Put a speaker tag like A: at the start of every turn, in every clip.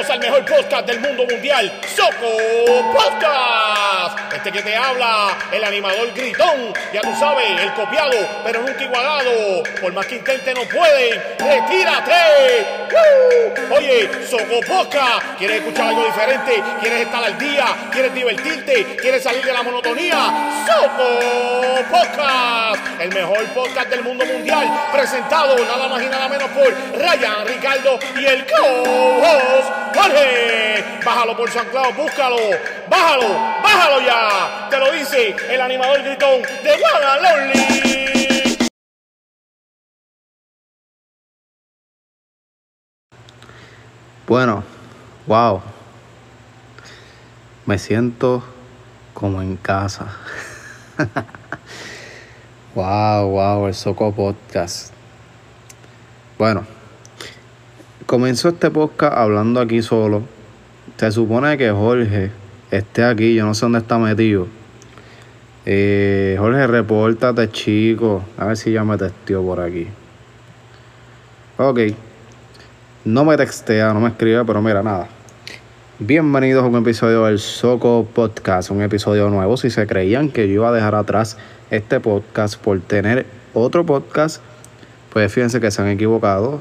A: al mejor podcast del mundo mundial, Soco Podcast. Este que te habla, el animador gritón, ya tú sabes, el copiado, pero nunca igualado. Por más que intente no pueden, retírate. Oye, Soco Podcast, ¿quieres escuchar algo diferente? ¿Quieres estar al día? ¿Quieres divertirte? ¿Quieres salir de la monotonía? Soco Podcast, el mejor podcast del mundo mundial, presentado nada más y nada menos por Ryan, Ricardo y el co-host Jorge. Bájalo por SoundCloud, búscalo, bájalo ya. Te lo dice el animador gritón de One and Lonely.
B: Bueno, wow, me siento como en casa. Wow, el Soco Podcast. Bueno, comenzó este podcast hablando aquí solo. Se supone que Jorge esté aquí, yo no sé dónde está metido. Jorge, repórtate, chico. A ver si ya me texteó por aquí. Ok. No me textea, no me escribe, pero mira, nada. Bienvenidos a un episodio del Soco Podcast, un episodio nuevo. Si se creían que yo iba a dejar atrás este podcast por tener otro podcast, pues fíjense que se han equivocado.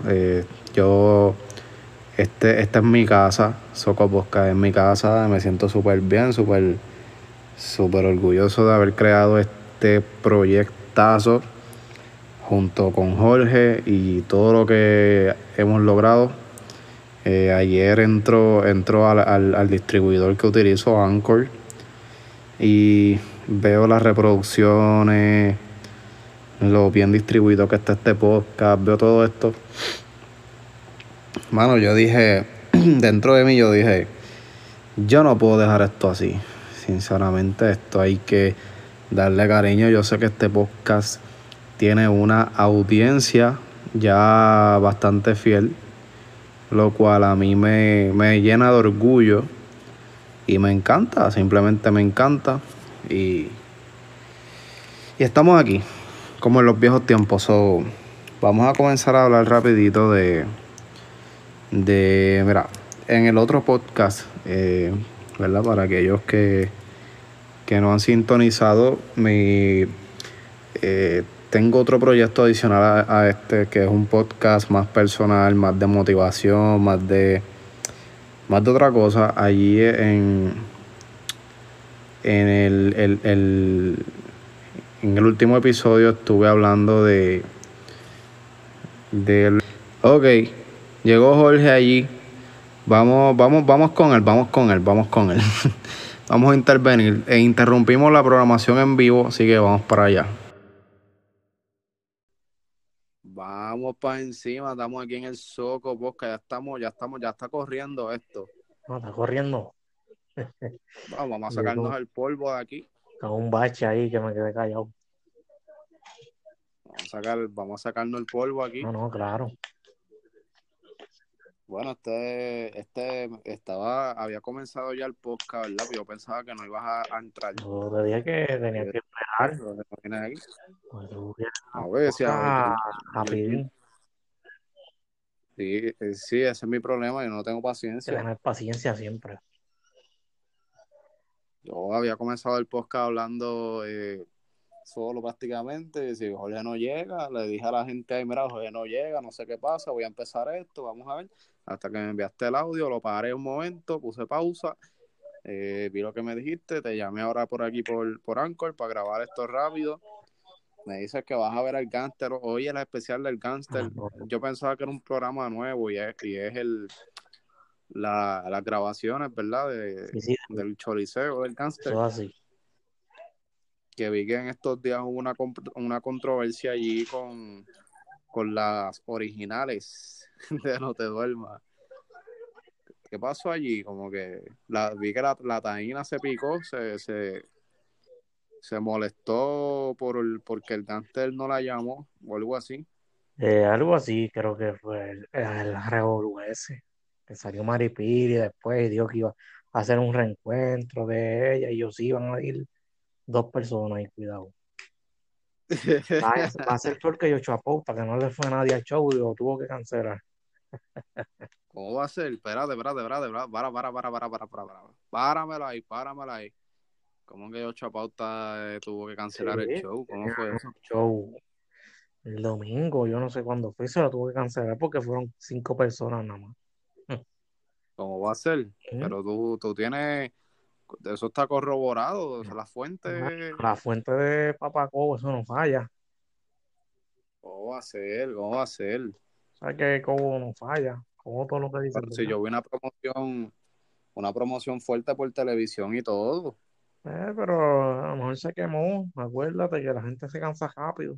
B: Esta es mi casa, Soco Podcast es mi casa. Me siento súper bien, súper orgulloso de haber creado este proyectazo junto con Jorge y todo lo que hemos logrado. Ayer entró al distribuidor que utilizo, Anchor, y veo las reproducciones, lo bien distribuido que está este podcast, veo todo esto. Mano, yo dije, dentro de mí yo dije, yo no puedo dejar esto así. Sinceramente, esto hay que darle cariño. Yo sé que este podcast tiene una audiencia ya bastante fiel, lo cual a mí me llena de orgullo y me encanta, simplemente me encanta. Y estamos aquí, como en los viejos tiempos. Vamos a comenzar a hablar rapidito de mira, en el otro podcast, ¿verdad? Para aquellos que no han sintonizado, tengo otro proyecto adicional a este, que es un podcast más personal, más de motivación, más de otra cosa. Allí en el último episodio estuve hablando ok, llegó Jorge allí. Vamos con él. Vamos a intervenir. Interrumpimos la programación en vivo, así que vamos para allá. Vamos para encima, estamos aquí en el Soco Podcast, ya está corriendo esto.
C: No, está corriendo.
B: Vamos a sacarnos el polvo de aquí.
C: Con un bache ahí que me quedé callado.
B: Vamos a sacarnos el polvo aquí.
C: No, claro.
B: Bueno, había comenzado ya el podcast, ¿verdad? Yo pensaba que no ibas a entrar.
C: Yo te dije que tenía que esperar.
B: Pues a ver,
C: rapidín.
B: Sí, ese es mi problema, yo no tengo paciencia.
C: Tener paciencia siempre.
B: Yo había comenzado el podcast hablando solo prácticamente. Si Jorge no llega, le dije a la gente ahí, mira, Jorge no llega, no sé qué pasa, voy a empezar esto, vamos a ver. Hasta que me enviaste el audio, lo paré un momento, puse pausa, vi lo que me dijiste, te llamé ahora por aquí por Anchor para grabar esto rápido. Me dices que vas a ver al Gangster, hoy es el especial del Gangster. Yo pensaba que era un programa nuevo y es las grabaciones, ¿verdad? Del Choliseo del Gangster.
C: Eso así.
B: Que vi que en estos días hubo una controversia allí con las originales de No Te Duermas. ¿Qué pasó allí? Como que vi que la taína se picó, se molestó porque el Gangster no la llamó o algo así.
C: Algo así, creo que fue el Revolú ese, que salió Maripiri después y dijo que iba a hacer un reencuentro de ella y ellos iban a ir 2 personas y cuidado. Va a ser porque yo chapó para que no le fue nadie al show y lo tuvo que cancelar.
B: ¿Cómo va a ser? Espérate. Páramelo ahí. ¿Cómo que Ocho Pauta tuvo que
C: Sí,
B: cancelar el show? ¿Cómo
C: tenía
B: fue eso?
C: show el domingo, yo no sé cuándo fue, se lo tuve que cancelar porque fueron 5 personas nada más.
B: ¿Cómo va a ser?
C: ¿Mm?
B: Pero tú tienes, eso está corroborado, o sea, la
C: Ah,
B: fuente,
C: la fuente de Papacobo, eso no falla.
B: ¿cómo va a ser? ¿Cómo va a ser?
C: ¿Sabes que Cobo no falla? Como todo lo que dicen,
B: Pero si
C: ¿verdad?
B: yo vi una promoción fuerte por televisión y todo.
C: Pero a lo mejor se quemó. Acuérdate que la gente se cansa rápido.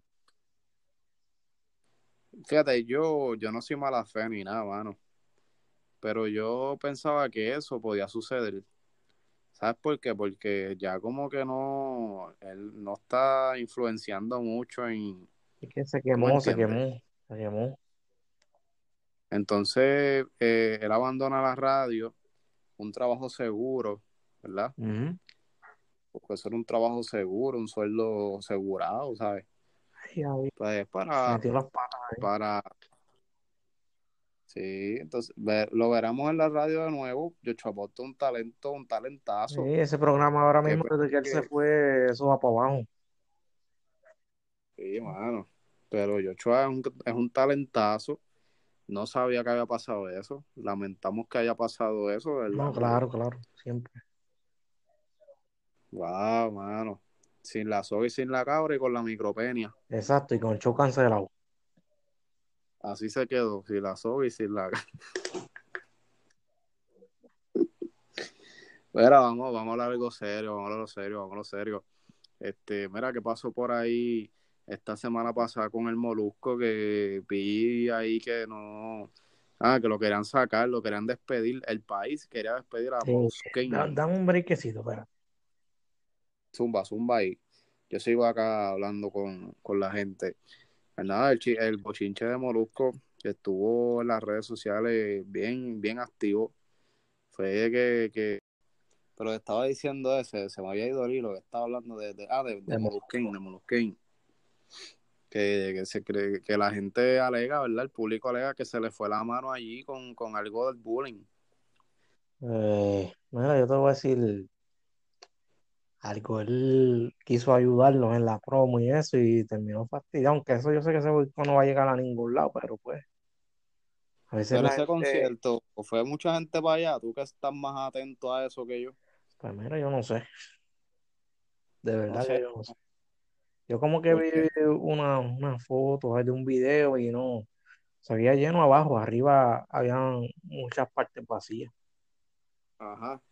B: Fíjate, yo no soy mala fe ni nada, mano. Pero yo pensaba que eso podía suceder. ¿Sabes por qué? Porque ya como que no, él no está influenciando mucho en,
C: Es que se
B: ¿tú me
C: quemó, se
B: entiendes?
C: quemó, se quemó.
B: Entonces, él abandona la radio, un trabajo seguro, ¿verdad?
C: Ujú.
B: Porque eso era un trabajo seguro, un sueldo asegurado, ¿sabes?
C: Y ahí
B: Pues
C: metió las patas ahí.
B: para, sí, entonces lo veremos en la radio de nuevo. Yocho Aporta un talento, un
C: Sí,
B: talentazo,
C: ese programa ahora
B: que,
C: mismo, desde que él se fue, eso va para abajo.
B: sí, mano, pero Yocho es un talentazo. No sabía que había pasado eso. Lamentamos que haya pasado eso, ¿verdad?
C: No,
B: Porque,
C: claro, claro, siempre.
B: wow, mano. Sin la soga y sin la cabra y con la micropenia.
C: Exacto, y con el show cancelado.
B: Así se quedó, sin la soga y sin la. Mira, vamos a hablar algo serio, vamos a hablar serio, vamos a hablar serio. Mira, ¿qué pasó por ahí esta semana pasada con el Molusco? Que vi ahí que no. Ah, que lo querían sacar, lo querían despedir. El país quería despedir a
C: Sí,
B: Molusqueño.
C: dame un brequecito, espera.
B: Zumba ahí. Yo sigo acá hablando con la gente. Pues nada, el bochinche de Molusco que estuvo en las redes sociales bien activo. Fue pero estaba diciendo ese, se me había ido el hilo, que estaba hablando de
C: Demo-
B: Molusquín, que se cree, que la gente alega, ¿verdad? El público alega que se le fue la mano allí con algo del bullying.
C: Mira, yo te voy a decir algo. Él quiso ayudarlos en la promo y eso, y terminó fastidiado. Aunque eso yo sé que ese boicot no va a llegar a ningún lado, pero pues, a veces
B: Pero
C: la
B: ese
C: gente,
B: concierto, fue mucha gente para allá, tú que estás más atento a eso que yo.
C: pues mira, yo no sé, de
B: No
C: verdad que
B: sé,
C: yo no sé. Yo como que vi
B: porque,
C: una foto de un video y no, se había lleno abajo, arriba habían muchas partes vacías.
B: ajá,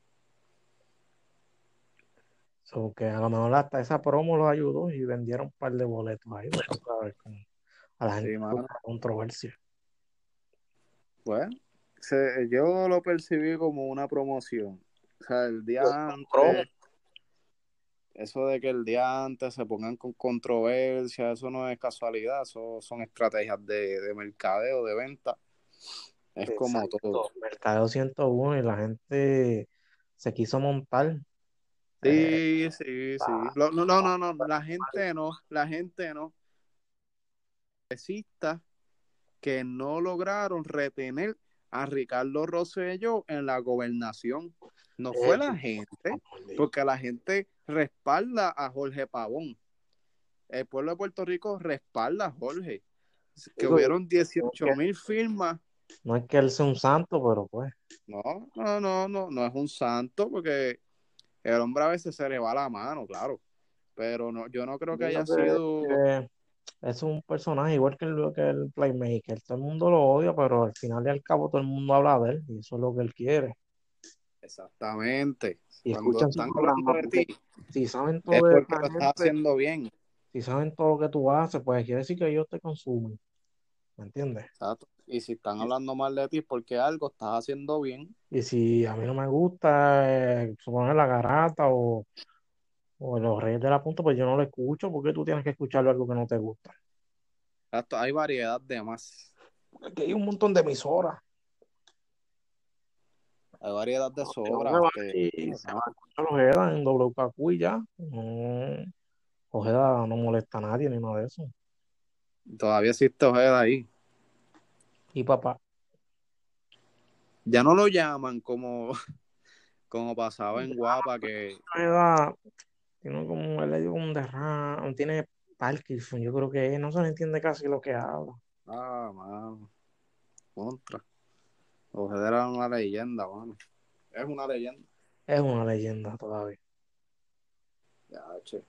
C: So que a lo mejor hasta esa promo los ayudó y vendieron un par de boletos ahí, pero tú sabes, como a la gente
B: sí,
C: le
B: mano.
C: gusta la controversia.
B: Bueno, yo lo percibí como una promoción. O sea, el día
C: Promo,
B: antes, eso de que el día antes se pongan con controversia, eso no es casualidad, eso son estrategias de mercadeo, de venta. Es como todo.
C: exacto, Mercado 101 y la gente se quiso montar. eh,
B: Sí. No, la gente no. Resista que no lograron retener a Ricardo Rosselló en la gobernación. No fue la gente, porque la gente respalda a Jorge Pavón. El pueblo de Puerto Rico respalda a Jorge. Que
C: Digo,
B: hubieron
C: no es que
B: 18,000 firmas.
C: no es que él sea un santo, pero pues.
B: No es un santo, porque el hombre a veces se le va la mano, claro. Pero no, yo no creo que
C: Digo
B: haya sido
C: que es un personaje igual que el Playmaker. Todo el mundo lo odia, pero al final y al cabo todo el mundo habla de él y eso es lo que él quiere.
B: exactamente.
C: Y
B: Cuando
C: escuchan su
B: están hablando
C: programa
B: de
C: porque
B: ti,
C: si saben
B: es
C: todo de
B: porque
C: esa
B: lo estás
C: gente,
B: haciendo bien.
C: si saben todo lo que tú haces, pues quiere decir que ellos te consumen. ¿Me entiendes?
B: Exacto. Y si están hablando mal de ti es porque algo estás haciendo bien.
C: Y si a mí no me gusta suponer la garata o los Reyes de la Punta, pues yo no lo escucho porque tú tienes que escucharlo algo que no te gusta.
B: Exacto. Hay variedad de más.
C: Porque aquí hay un montón de emisoras.
B: Hay variedad de
C: Que uno
B: sobra.
C: va y se va a escuchar Ojeda en WKQ y ya. No, Ojeda no molesta a nadie ni nada de eso.
B: Todavía existe Ojeda ahí.
C: Y papá.
B: Ya no lo llaman como pasaba en Guapa, que
C: Edad, tiene como, él le dio un derrame, tiene Parkinson, yo creo que no se le entiende casi lo que habla.
B: mano, contra. Ojeda era una leyenda, mano. Es una leyenda.
C: Es una leyenda todavía.
B: Ya, che.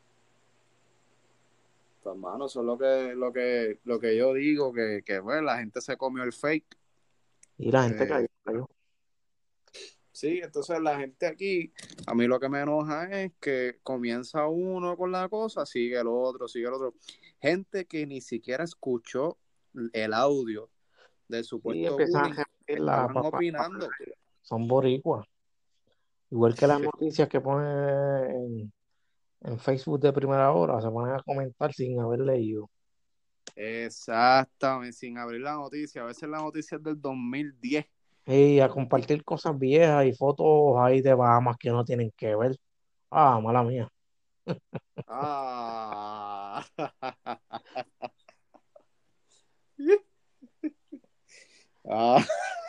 B: Pues, mano, eso es lo que yo digo, que bueno, la gente se comió el fake.
C: Y la gente
B: Eh,
C: cayó.
B: sí, entonces la gente aquí, a mí lo que me enoja es que comienza uno con la cosa, sigue el otro, sigue el otro. Gente que ni siquiera escuchó el audio del
C: Sí,
B: supuesto
C: empiezan a
B: bullying,
C: repetir la
B: estaban
C: papá.
B: opinando.
C: Son boricuas. Igual que las noticias que ponen en Facebook de primera hora, se ponen a comentar sin haber leído.
B: Exactamente, sin abrir la noticia. A veces la noticia es del 2010.
C: Y a compartir cosas viejas y fotos ahí de Bahamas que no tienen que ver. Ah, mala mía.
B: Ah. Ah.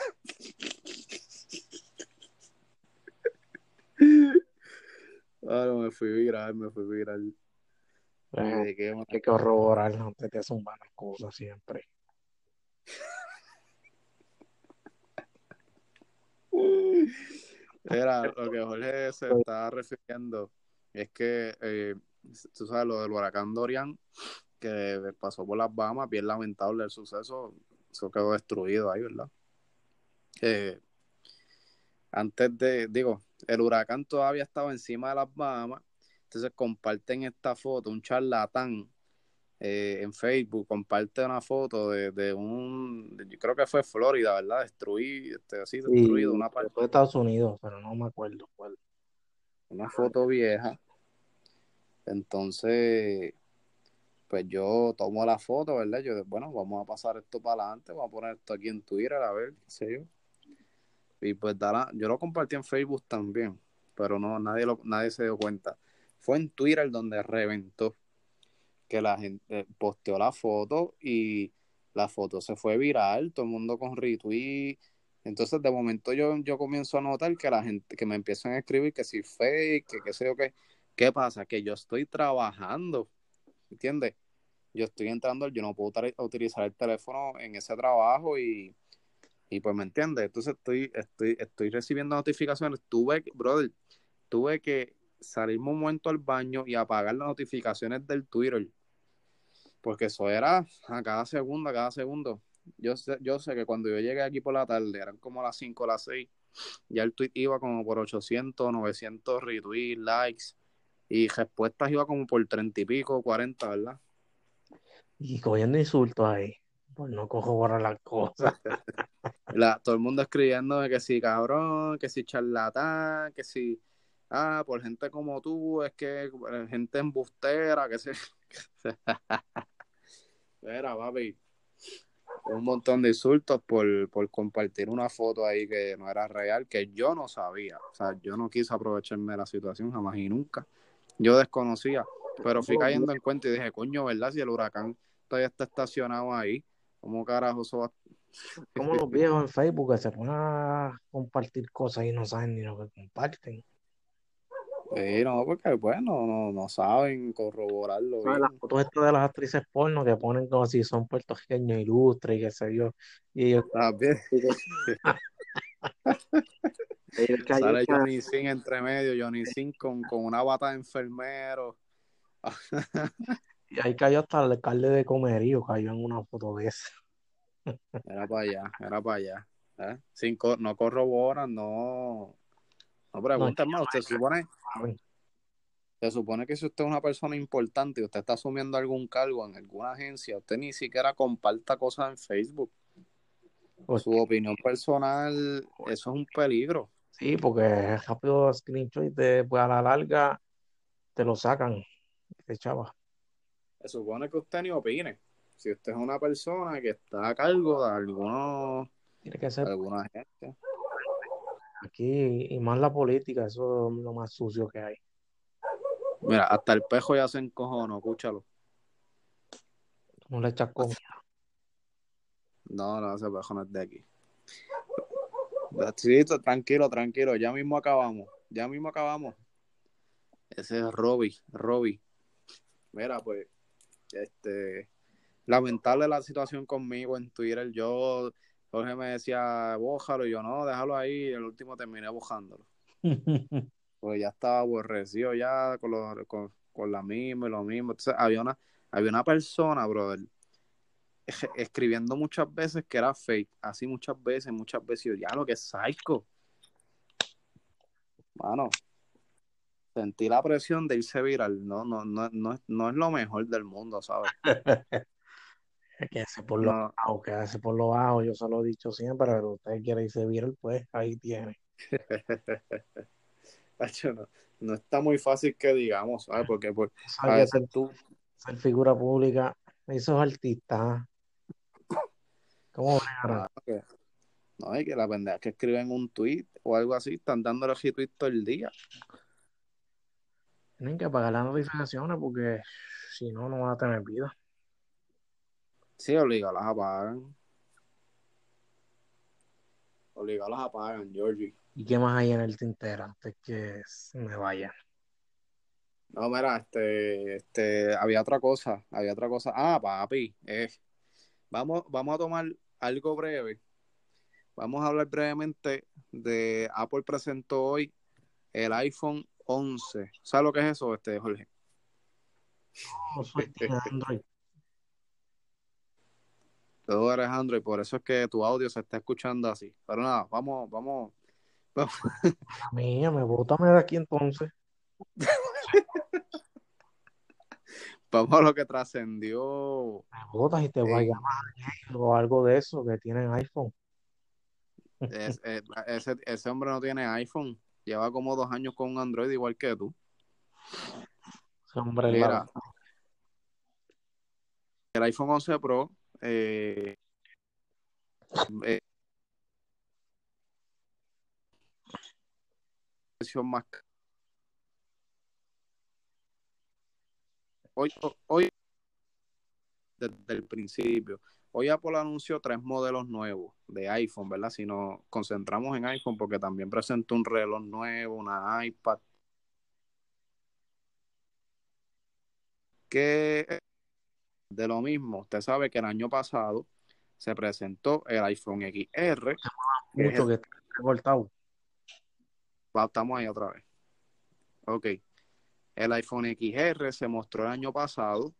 B: Ah, no, me fui viral. ¿Y
C: Hay
B: de qué más?
C: que corroborar antes de zumbar las cosas siempre.
B: Era lo que Jorge se estaba refiriendo. Es que, tú sabes, lo del huracán Dorian, que pasó por las Bahamas, bien lamentable el suceso. Eso quedó destruido ahí, ¿verdad? Eh, digo, el huracán todavía estaba encima de las Bahamas, entonces comparten esta foto, un charlatán en Facebook, comparte una foto yo creo que fue Florida, ¿verdad? Así destruido,
C: Sí, fue de Estados Unidos, pero no me acuerdo cuál.
B: una foto vieja. Entonces, pues yo tomo la foto, ¿verdad? Bueno, vamos a pasar esto para adelante, vamos a poner esto aquí en Twitter, a ver, qué sé yo. Y pues yo lo compartí en Facebook también, pero no, nadie se dio cuenta. Fue en Twitter donde reventó, que la gente posteó la foto y la foto se fue viral, todo el mundo con retweet. Entonces, de momento yo comienzo a notar que la gente, que me empiezan a escribir que si fake, que qué sé yo qué. ¿Qué pasa? Que yo estoy trabajando, ¿entiendes? Yo estoy entrando, yo no puedo utilizar el teléfono en ese trabajo y pues me entiendes. Entonces estoy recibiendo notificaciones. Tuve que salirme un momento al baño y apagar las notificaciones del Twitter, porque eso era a cada segundo. Yo sé que cuando yo llegué aquí por la tarde, eran como las 5 o las 6, ya el tweet iba como por 800, 900 retweets, likes, y respuestas iba como por 30 y pico, 40, ¿verdad?
C: Y cogiendo insultos ahí, pues no corroborar las cosas.
B: Todo el mundo escribiendo de que si cabrón, que si charlatán, que si, por gente como tú, es que gente embustera, que se... Era, papi, un montón de insultos por compartir una foto ahí que no era real, que yo no sabía. O sea, yo no quise aprovecharme de la situación jamás y nunca. Yo desconocía, pero fui cayendo en cuenta y dije, coño, ¿verdad? Si el huracán todavía está estacionado ahí, ¿cómo carajo eso va?
C: Como los viejos en Facebook que se ponen a compartir cosas y no saben ni lo que comparten.
B: No, porque bueno, no saben corroborarlo
C: ¿Sabes? Las
B: bien.
C: fotos estas de las actrices porno que ponen como si son puertorriqueños ilustres y qué sé yo. Y ellos,
B: También
C: ellos
B: sale
C: cayendo,
B: Johnny Sins entre medio, Johnny Sins con una bata de enfermero.
C: y ahí cayó hasta el alcalde de Comerío, cayó en una foto de esa.
B: Era para allá, era para allá. No corroboran, no
C: No,
B: preguntan más.
C: saben.
B: Se supone que si usted es una persona importante y usted está asumiendo algún cargo en alguna agencia, usted ni siquiera comparta cosas en Facebook. Su
C: Porque,
B: opinión personal, eso es un peligro.
C: sí, porque rápido screenshot y después a la larga te lo sacan, de chava.
B: Se supone que usted ni opine. Si usted es una persona que está a cargo de
C: Tiene que ser
B: alguna agencia.
C: aquí, y más la política, eso es lo más sucio que hay.
B: Mira, hasta el pejo ya se encojonó, escúchalo.
C: No le echas con.
B: No, ese pejo no es de aquí. Sí, tranquilo, tranquilo, ya mismo acabamos. Ese es Robbie. Mira, pues, lamentable la situación conmigo en Twitter. Jorge me decía, bójalo, y yo no, déjalo ahí, y el último terminé bojándolo. Pues ya estaba aborrecido ya con la misma y lo mismo. Entonces había una persona, brother, escribiendo muchas veces que era fake, así muchas veces, yo, ya lo que es psycho. Mano, sentí la presión de irse viral. No es lo mejor del mundo, ¿sabes?
C: Quédese por lo
B: No,
C: bajo, quédese por lo bajo, yo se lo he dicho siempre, pero usted quiere irse viral, pues ahí tiene.
B: Tacho, no está muy fácil que digamos, ¿sabes? Porque pues,
C: ¿Sabe
B: a
C: que
B: veces tú,
C: ser figura pública, esos artistas, ¿cómo bregaron?
B: mano, no, hay que la pendeja que escriben un tweet o algo así, están dándole retweet todo el día.
C: Tienen que pagar las notificaciones porque si no, no van a tener vida.
B: Sí, obligados las apagan, Georgie.
C: ¿Y qué más hay en el tintero antes que me vaya?
B: No, mira, había otra cosa. Ah, papi, vamos a tomar algo breve. Vamos a hablar brevemente de Apple presentó hoy el iPhone 11. ¿Sabes lo que es eso, Jorge?
C: No soy team Android.
B: Todo eres Android, por eso es que tu audio se está escuchando así. Pero nada, vamos,
C: A mí, me bótame de aquí entonces.
B: vamos a lo que trascendió
C: Me botas y te voy a
B: en
C: llamar o algo de eso que tienen iPhone.
B: ese hombre no tiene iPhone, lleva como 2 años con un Android igual que tú.
C: Ese hombre es la
B: Mira, el iPhone 11 Pro es la versión más hoy desde el principio. Hoy Apple anunció 3 modelos nuevos de iPhone, ¿verdad? Si nos concentramos en iPhone, porque también presentó un reloj nuevo, una iPad, que de lo mismo. Usted sabe que el año pasado se presentó el iPhone XR, que es
C: mucho que está cortado.
B: estamos ahí otra vez. Ok, el iPhone XR se mostró el año pasado,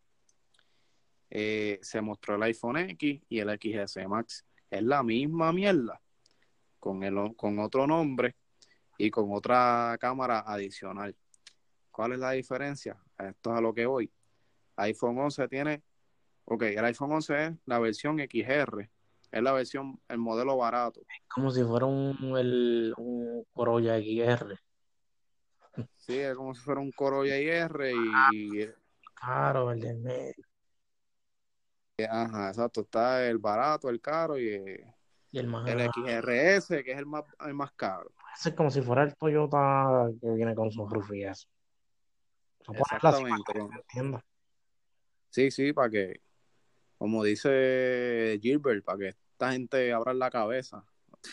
B: se mostró el iPhone X y el XS Max. Es la misma mierda, con otro nombre y con otra cámara adicional. ¿Cuál es la diferencia? Esto es a lo que voy. iPhone 11 tiene, ok, el iPhone 11 es la versión XR, es la versión, el modelo barato.
C: Como si fuera un Corolla XR.
B: Sí, es como si fuera un Corolla IR y
C: Claro, el de medio.
B: ajá, exacto, está el barato, el caro y
C: Y el
B: el
C: más.
B: XRS, que es el más caro.
C: Es como si fuera el Toyota que viene con sus roof y eso. Vamos a ponerla así
B: Exactamente.
C: para que se entienda.
B: Sí, sí, para que, como dice Gilbert, para que esta gente abra la cabeza.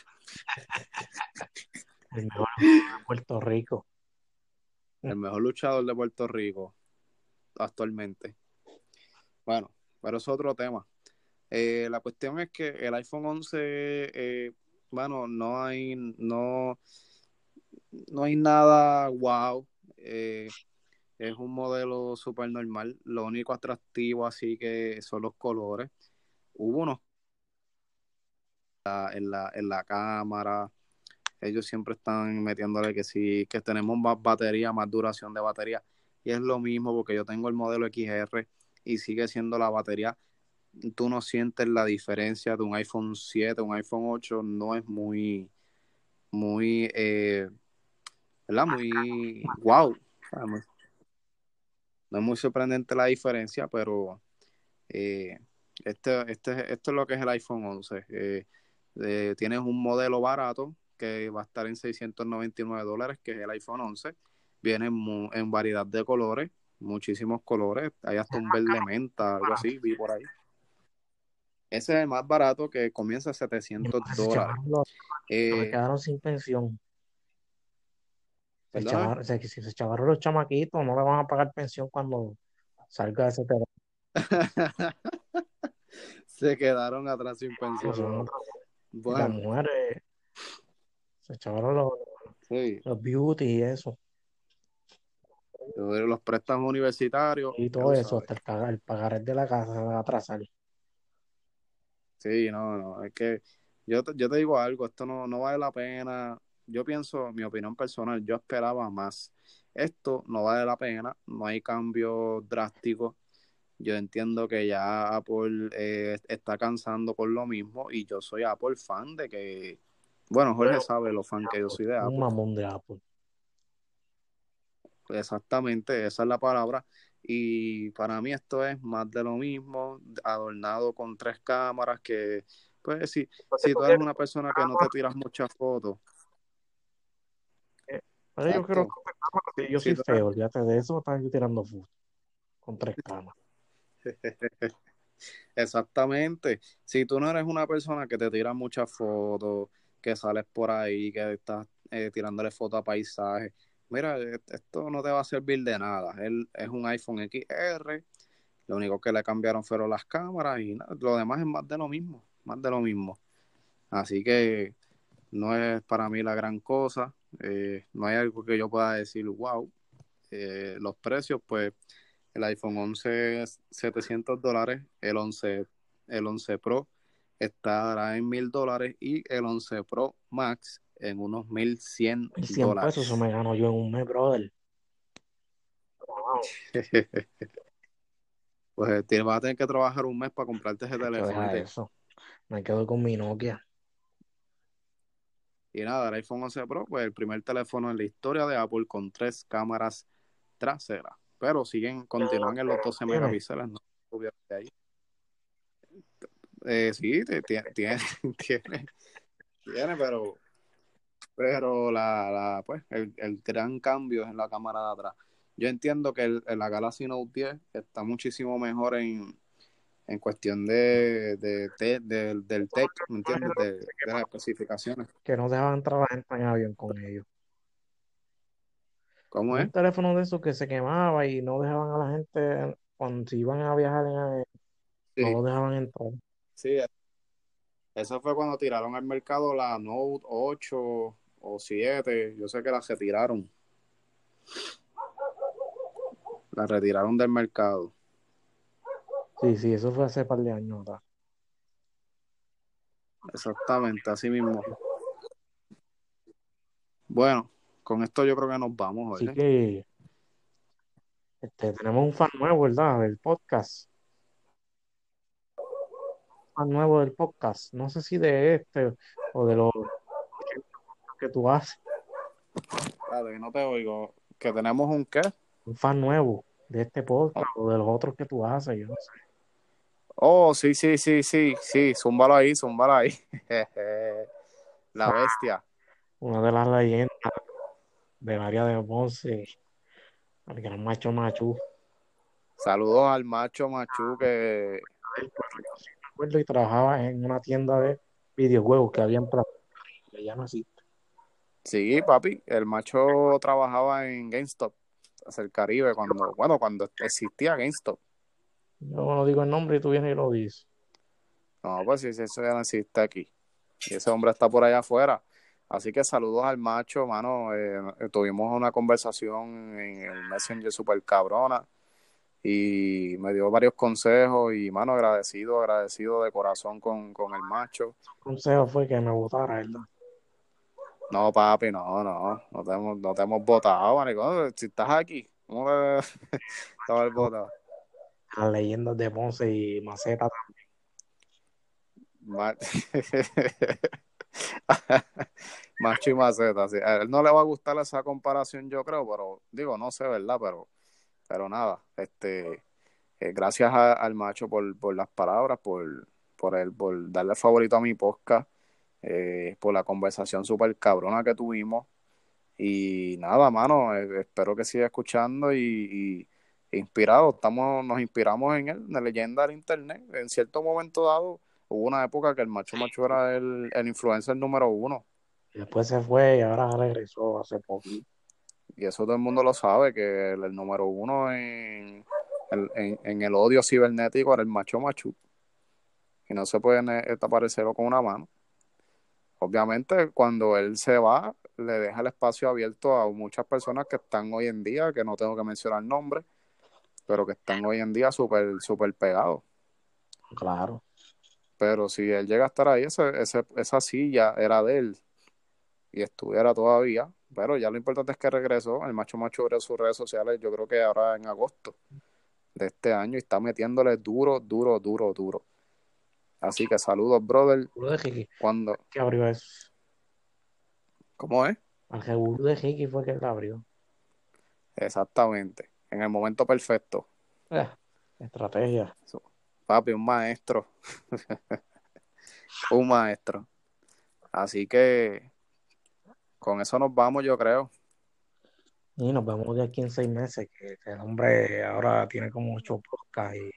C: El mejor de Puerto Rico.
B: El mejor luchador de Puerto Rico actualmente. Bueno, pero es otro tema. La cuestión es que el iPhone 11, bueno, no hay nada wow. Es un modelo súper normal. Lo único atractivo así que son los colores. Hubo unos en la cámara. Ellos siempre están metiéndole que sí, que tenemos más batería, más duración de batería. Y es lo mismo porque yo tengo el modelo XR y sigue siendo la batería. Tú no sientes la diferencia de un iPhone 7, un iPhone 8, no es muy, ¿verdad? Muy wow. No es muy sorprendente la diferencia, pero eh, esto es lo que es el iPhone 11. Tienes un modelo barato que va a estar en $699, que es el iPhone 11. Viene en variedad de colores, muchísimos colores. Hay hasta un verde menta, algo así, vi por ahí. Ese es el más barato que comienza a
C: Y
B: $700.
C: entonces se chavaron se
B: Eh,
C: quedaron sin pensión.
B: ¿Perdona?
C: Si se chavaron los chamaquitos, no le van a pagar pensión cuando salga ese teléfono.
B: Se quedaron atrás sin pensión
C: Y las
B: Bueno,
C: mujeres se chavaron
B: sí.
C: los beauty y eso.
B: Los préstamos universitarios,
C: Y
B: ya
C: todo
B: tú
C: eso,
B: sabes.
C: hasta el pagaré de la casa se va a atrasar.
B: Sí, no, no, es que yo te digo algo, esto no vale la pena. Yo pienso, mi opinión personal, yo esperaba más. Esto no vale la pena, no hay cambios drásticos. Yo entiendo que ya Apple está cansando por lo mismo y yo soy Apple fan de que, bueno, Jorge sabe lo fan que yo soy de
C: Un
B: Apple.
C: mamón de Apple.
B: Exactamente, esa es la palabra. Y para mí esto es más de lo mismo, adornado con tres cámaras que, pues si tú eres una persona que no te tiras muchas fotos,
C: Pero yo creo
B: exacto.
C: que yo soy
B: Si tú
C: feo, olvídate de eso, están yo tirando fotos con tres camas.
B: exactamente. Si tú no eres una persona que te tira muchas fotos, que sales por ahí, que estás tirándole fotos a paisajes, mira, esto no te va a servir de nada. Él es un iPhone XR. Lo único que le cambiaron fueron las cámaras y nada, lo demás es más de lo mismo, más de lo mismo. Así que no es para mí la gran cosa, no hay algo que yo pueda decir, wow. Los precios, pues el iPhone 11 es $700, el once Pro estará en $1,000 y el 11 Pro Max en unos $1,100.
C: 1.100 pesos, eso me gano yo en un mes, brother. Wow.
B: Pues vas a tener que trabajar un mes para comprarte ese
C: Hecho,
B: teléfono,
C: deja
B: ¿viste?
C: eso. Me quedo con mi Nokia.
B: Y nada, el iPhone 11 Pro, pues el primer teléfono en la historia de Apple con tres cámaras traseras. Pero continúan en los 12
C: Tiene,
B: megapíxeles, no subieron de ahí. Sí, tiene, tiene, pero pues, el gran cambio es en la cámara de atrás. Yo entiendo que la Galaxy Note 10 está muchísimo mejor en cuestión del tech, ¿me entiendes? De las especificaciones.
C: que no dejaban entrar a la gente en avión con ellos.
B: ¿Cómo
C: Un
B: es?
C: teléfono de esos que se quemaba y no dejaban a la gente, cuando se iban a viajar en avión, no
B: Sí,
C: lo dejaban entrar.
B: sí, eso fue cuando tiraron al mercado la Note 8 o 7. Yo sé que las retiraron. Las retiraron del mercado.
C: Sí, sí, eso fue hace par de años atrás.
B: Exactamente, así mismo. Bueno, con esto yo creo que nos vamos,
C: Así
B: Jorge.
C: que tenemos un fan nuevo, ¿verdad? Del podcast. Fan nuevo del podcast. No sé si de este o de los que tú haces.
B: Espérate, que no te oigo. ¿Que tenemos un qué?
C: Un fan nuevo de este
B: Oh,
C: podcast o de los otros que tú haces. Yo no sé.
B: oh, sí, sí, sí, sí, sí. Zúmbalo ahí, zúmbalo ahí.
C: O
B: La
C: sea,
B: bestia.
C: una de las leyendas del área de Ponce, el gran Macho Machu.
B: Saludos al macho Machu que...
C: Él, porque yo sí me acuerdo y trabajaba en una tienda de videojuegos que había en Plaza, que ya no existe.
B: Sí, papi. El macho trabajaba en GameStop, hacia el Caribe, cuando existía GameStop.
C: Yo no digo el nombre y tú vienes y lo dices.
B: No, pues sí, sí, eso ya no existe aquí. Y ese hombre está por allá afuera. Así que saludos al macho, mano. Tuvimos una conversación en el Messenger super cabrona y me dio varios consejos y, mano, agradecido de corazón con el macho.
C: El consejo fue que me votara, ¿verdad?
B: No, papi, no te hemos votado, maricón. Si estás aquí, ¿cómo te vas a haber votado?
C: Las leyendas de Ponce y Maceta.
B: Ma- Macho y maceta, sí. A él no le va a gustar esa comparación, yo creo, pero digo, no sé, ¿verdad? Pero nada, gracias al macho por las palabras, por darle favorito a mi podcast, por la conversación súper cabrona que tuvimos. Y nada, mano, espero que siga escuchando y inspirado. Nos inspiramos en él, de leyenda del internet. En cierto momento dado, Hubo una época que el Macho Macho era el influencer número uno.
C: Y después se fue y ahora regresó hace poquito.
B: Y eso todo el mundo lo sabe, que el número uno en el odio cibernético era el Macho Macho. Y no se puede taparlo con una mano. Obviamente, cuando él se va, le deja el espacio abierto a muchas personas que están hoy en día, que no tengo que mencionar nombres, pero que están hoy en día súper, súper pegados.
C: Claro.
B: Pero si él llega a estar ahí, esa silla era de él y estuviera todavía. Pero ya lo importante es que regresó. El Macho Macho abrió sus redes sociales, yo creo que ahora en agosto de este año y está metiéndole duro, duro, duro, duro. Así que saludos, brother.
C: Seguro de Ricky,
B: Cuando,
C: que abrió eso.
B: ¿cómo es?
C: Al seguro de Ricky fue que la abrió.
B: Exactamente. En el momento perfecto.
C: Eh, estrategia.
B: Papi, un maestro. Un maestro. Así que con eso nos vamos, yo creo.
C: Y nos vemos de aquí en 6 meses, que el hombre ahora tiene como 8 podcasts y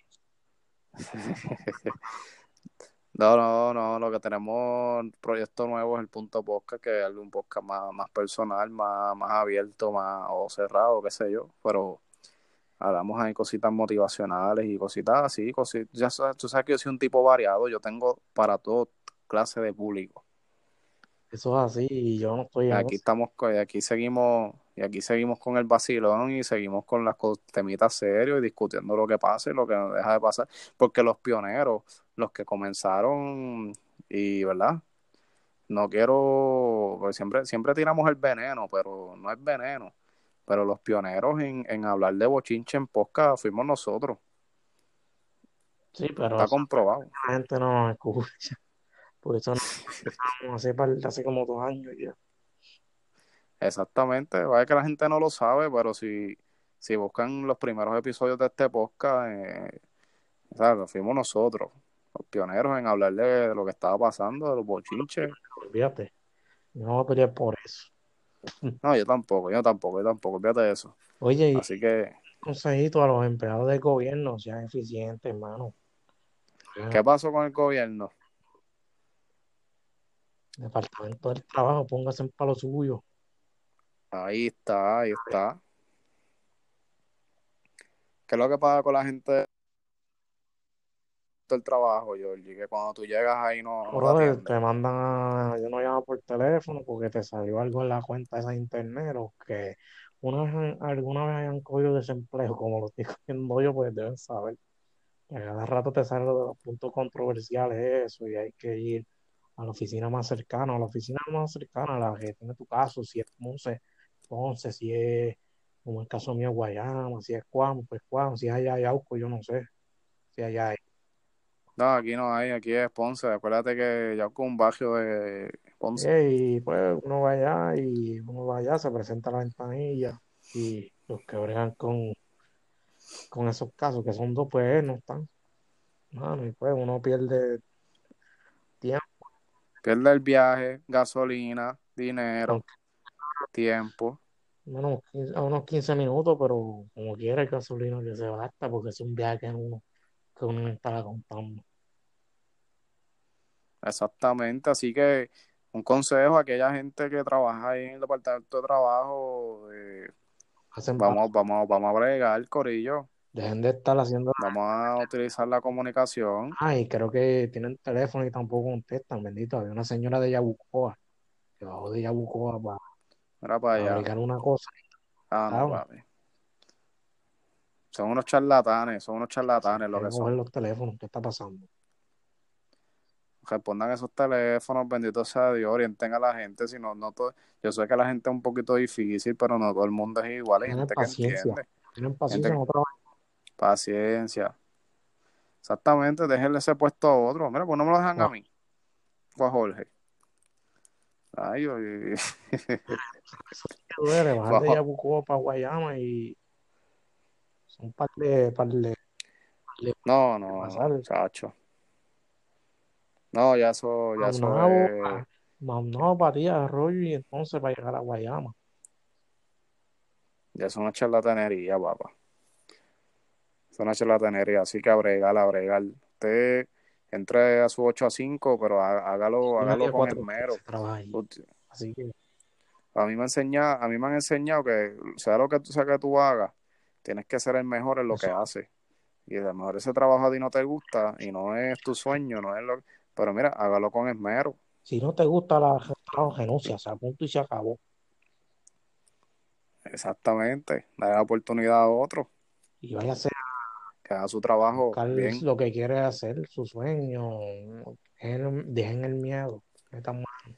B: No, no, no, lo que tenemos, proyecto nuevo es el Punto Podcast, que es un podcast más personal, más abierto, más o cerrado, qué sé yo, pero hablamos ahí cositas motivacionales y cositas así, ya sabes, tú sabes que yo soy un tipo variado, yo tengo para todo clase de público.
C: eso es así y yo no estoy en
B: Aquí
C: eso.
B: estamos, aquí seguimos con el vacilón y seguimos con las temitas serios y discutiendo lo que pasa y lo que no deja de pasar, porque los pioneros, los que comenzaron y, ¿verdad? No quiero, porque siempre tiramos el veneno, pero no es veneno. Pero los pioneros en hablar de bochinche en podcast fuimos nosotros.
C: Sí, pero
B: Está
C: eso
B: comprobado.
C: la gente no nos escucha. Por eso nos empezamos hace como 2 años ya.
B: Exactamente. Vaya que la gente no lo sabe, pero si buscan los primeros episodios de este podcast, ¿sabes? Fuimos nosotros, los pioneros en hablar de lo que estaba pasando, de los bochinches.
C: Olvídate, yo no voy a pelear por eso.
B: No, yo tampoco, fíjate de eso.
C: Oye, y
B: Así que,
C: consejito a los empleados del gobierno, sean eficientes, hermano.
B: ¿qué pasó con el gobierno?
C: Departamento del Trabajo, póngase en palo suyo.
B: Ahí está, ahí está. ¿Qué es lo que pasa con la gente del trabajo, Georgie? Que cuando tú llegas ahí no te
C: Brother,
B: atienden.
C: te mandan yo no llamo por teléfono porque te salió algo en la cuenta esa de internet o que alguna vez hayan cogido desempleo, como lo estoy cogiendo yo, pues deben saber. Que a cada rato te salen lo de los puntos controversiales, eso, y hay que ir a la oficina más cercana, a la oficina más cercana, a la que tiene tu caso, si es Ponce, si es, como el caso mío, Guayama, si es Cuamo, pues Cuamo, si es allá Yauco, yo no sé, si allá hay.
B: No, aquí no hay, aquí es Ponce. Acuérdate que ya con un barrio de Ponce.
C: Y pues uno va allá, se presenta a la ventanilla y los que bregan con esos casos, que son dos, pues no están, mano, y pues uno pierde tiempo,
B: Pierde el viaje, gasolina, dinero,
C: aunque
B: tiempo.
C: a unos 15 minutos, pero como quiera el gasolina que se gasta, porque es un viaje que uno no está contando.
B: Exactamente. Así que un consejo a aquella gente que trabaja ahí en el departamento de trabajo.
C: Hacen
B: Vamos a bregar, corillo.
C: Dejen de estar haciendo.
B: Vamos a utilizar la comunicación.
C: Ay, creo que tienen teléfono y tampoco contestan, bendito. Había una señora de Yabucoa que bajó de Yabucoa
B: Mira para
C: para
B: allá.
C: bregar una cosa.
B: Ah, no,
C: Estaban.
B: papi. Son unos
C: Se
B: charlatanes lo
C: quieren
B: que
C: coger
B: son.
C: los teléfonos. ¿Qué está pasando?
B: Respondan esos teléfonos, bendito sea Dios, orienten a la gente, si no, yo sé que la gente es un poquito difícil, pero no todo el mundo es igual, hay
C: Tienen
B: gente que
C: paciencia.
B: entiende,
C: Tienen
B: gente
C: paciencia
B: que,
C: en otra.
B: paciencia, exactamente, déjenle ese puesto a otro, mira, pues no me lo dejan a
C: No,
B: mí, o a Jorge, ay, oye,
C: eso sí que duele. Bajar
B: fue a
C: de
B: Jo-
C: Yabucoa para Guayama y son par de
B: no,
C: que
B: no,
C: pasar.
B: chacho, no, ya eso
C: Maunabo,
B: es,
C: Maunabo para ti, Arroyo y entonces para llegar a Guayama.
B: ya es una charlatanería, papá, es una charlatanería, así que a bregar, usted entre a su 8 a 5, pero hágalo
C: 9 a
B: con
C: 4
B: esmero.
C: se trabaja allí. Así que
B: A mí me han enseñado que sea lo que sea que tú hagas, tienes que ser el mejor en lo que
C: eso,
B: haces. Y a lo mejor ese trabajo a ti no te gusta y no es tu sueño, no es lo. Pero mira, hágalo con esmero.
C: si no te gusta el trabajo, renuncia, se punto y se acabó.
B: Exactamente. Dale la oportunidad a otro
C: Y váyase
B: que haga su
C: a
B: trabajo
C: buscar
B: bien.
C: lo que quiere hacer, su sueño. Dejen el miedo. Metan mano.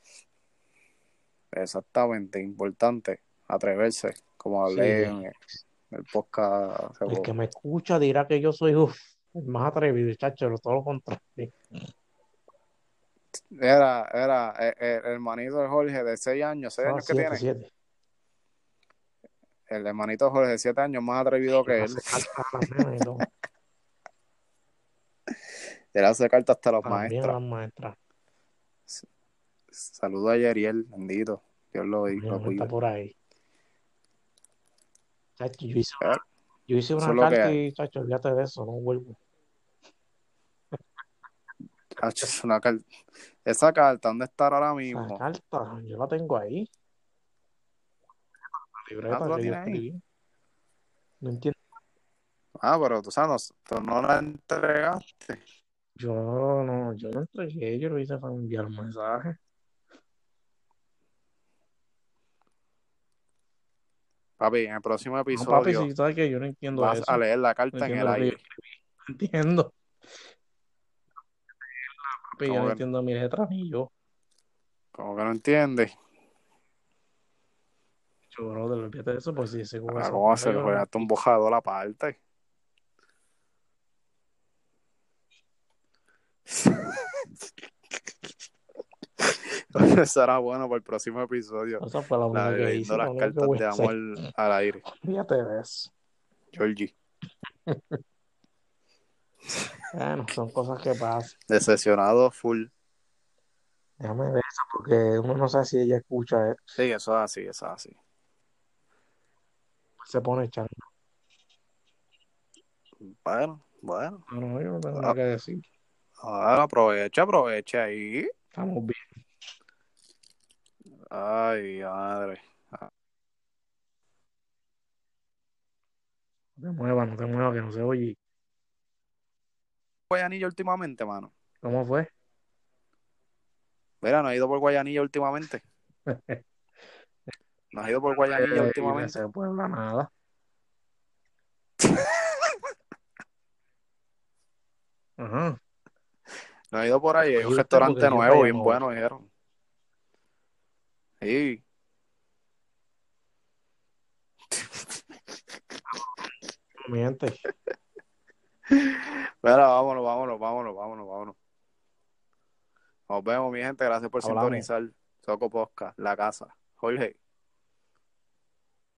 B: Exactamente. Importante. Atreverse. Como hablé
C: Sí,
B: en el podcast hace
C: el que
B: poco.
C: me escucha dirá que yo soy el más atrevido, chacho, todo lo contrario.
B: Era el hermanito de Jorge de 6 años, 6 años que
C: Siete,
B: tiene.
C: siete.
B: El hermanito de Jorge de 7 años más atrevido
C: Yo le
B: que él.
C: hace carta a las nenas y todo.
B: Él hace carta hasta a los
C: También a
B: maestras.
C: las maestras.
B: Saludo a Yeriel, bendito. Dios
C: Mi
B: lo
C: mamá está
B: cuide.
C: por ahí. Chacho,
B: Eh,
C: yo hice
B: Eso
C: una
B: es lo que
C: carta
B: hay.
C: y, chacho, olvídate de eso, no vuelvo.
B: Es una esa carta, ¿dónde estará ahora
C: Esa
B: mismo?
C: carta, yo la tengo ahí, la
B: Ah, tú
C: libreta
B: la
C: que yo
B: tienes ahí.
C: escribí. No entiendo.
B: Ah, pero tú sabes, tú no la entregaste.
C: Yo no entregué, yo lo hice para enviar un mensaje.
B: Papi, en el próximo
C: No, papi,
B: episodio
C: si sabes que yo no entiendo
B: vas a
C: eso.
B: leer la
C: No
B: carta en
C: entiendo
B: el
C: lo que yo
B: aire.
C: no entiendo. Papi, yo no
B: ¿Cómo que,
C: entiendo mi letra ni yo.
B: cómo que no entiendes?
C: Yo, brother, olvídate de eso, pues si ese con
B: Ah,
C: esa
B: ¿cómo
C: palabra
B: hacer?
C: yo
B: Pues
C: no
B: hasta un bojador aparte. Eso será bueno para el próximo episodio.
C: esa fue la única que
B: Leyendo
C: hice, la
B: las
C: única que
B: cartas
C: voy
B: de
C: a hacer.
B: amor al aire.
C: Olvídate de eso.
B: Georgie.
C: Bueno, son cosas que pasan.
B: Decepcionado full.
C: Déjame ver eso porque uno no sabe si ella escucha,
B: Sí, eso es así, eso es así.
C: se pone echando.
B: Bueno, bueno.
C: No, no, yo no tengo nada
B: Ah,
C: que decir.
B: aprovecha ahí.
C: Estamos bien.
B: Ay, madre.
C: No te muevas, que no se oye.
B: Guayanilla últimamente, mano.
C: ¿Cómo fue?
B: Mira, no he ido por Guayanilla últimamente. No has ido por Guayanilla
C: Y de
B: últimamente.
C: ese pueblo nada. Ajá.
B: No he ido por ahí. Hay un
C: Escogí usted
B: restaurante
C: porque yo para
B: nuevo,
C: allá
B: bien
C: no voy.
B: bueno, dijeron. Sí.
C: No miente.
B: Mira, vámonos, vámonos, vámonos, vámonos, vámonos. Nos vemos, mi gente. Gracias por
C: Hablamos.
B: sintonizar. Soco Posca, la casa. Jorge.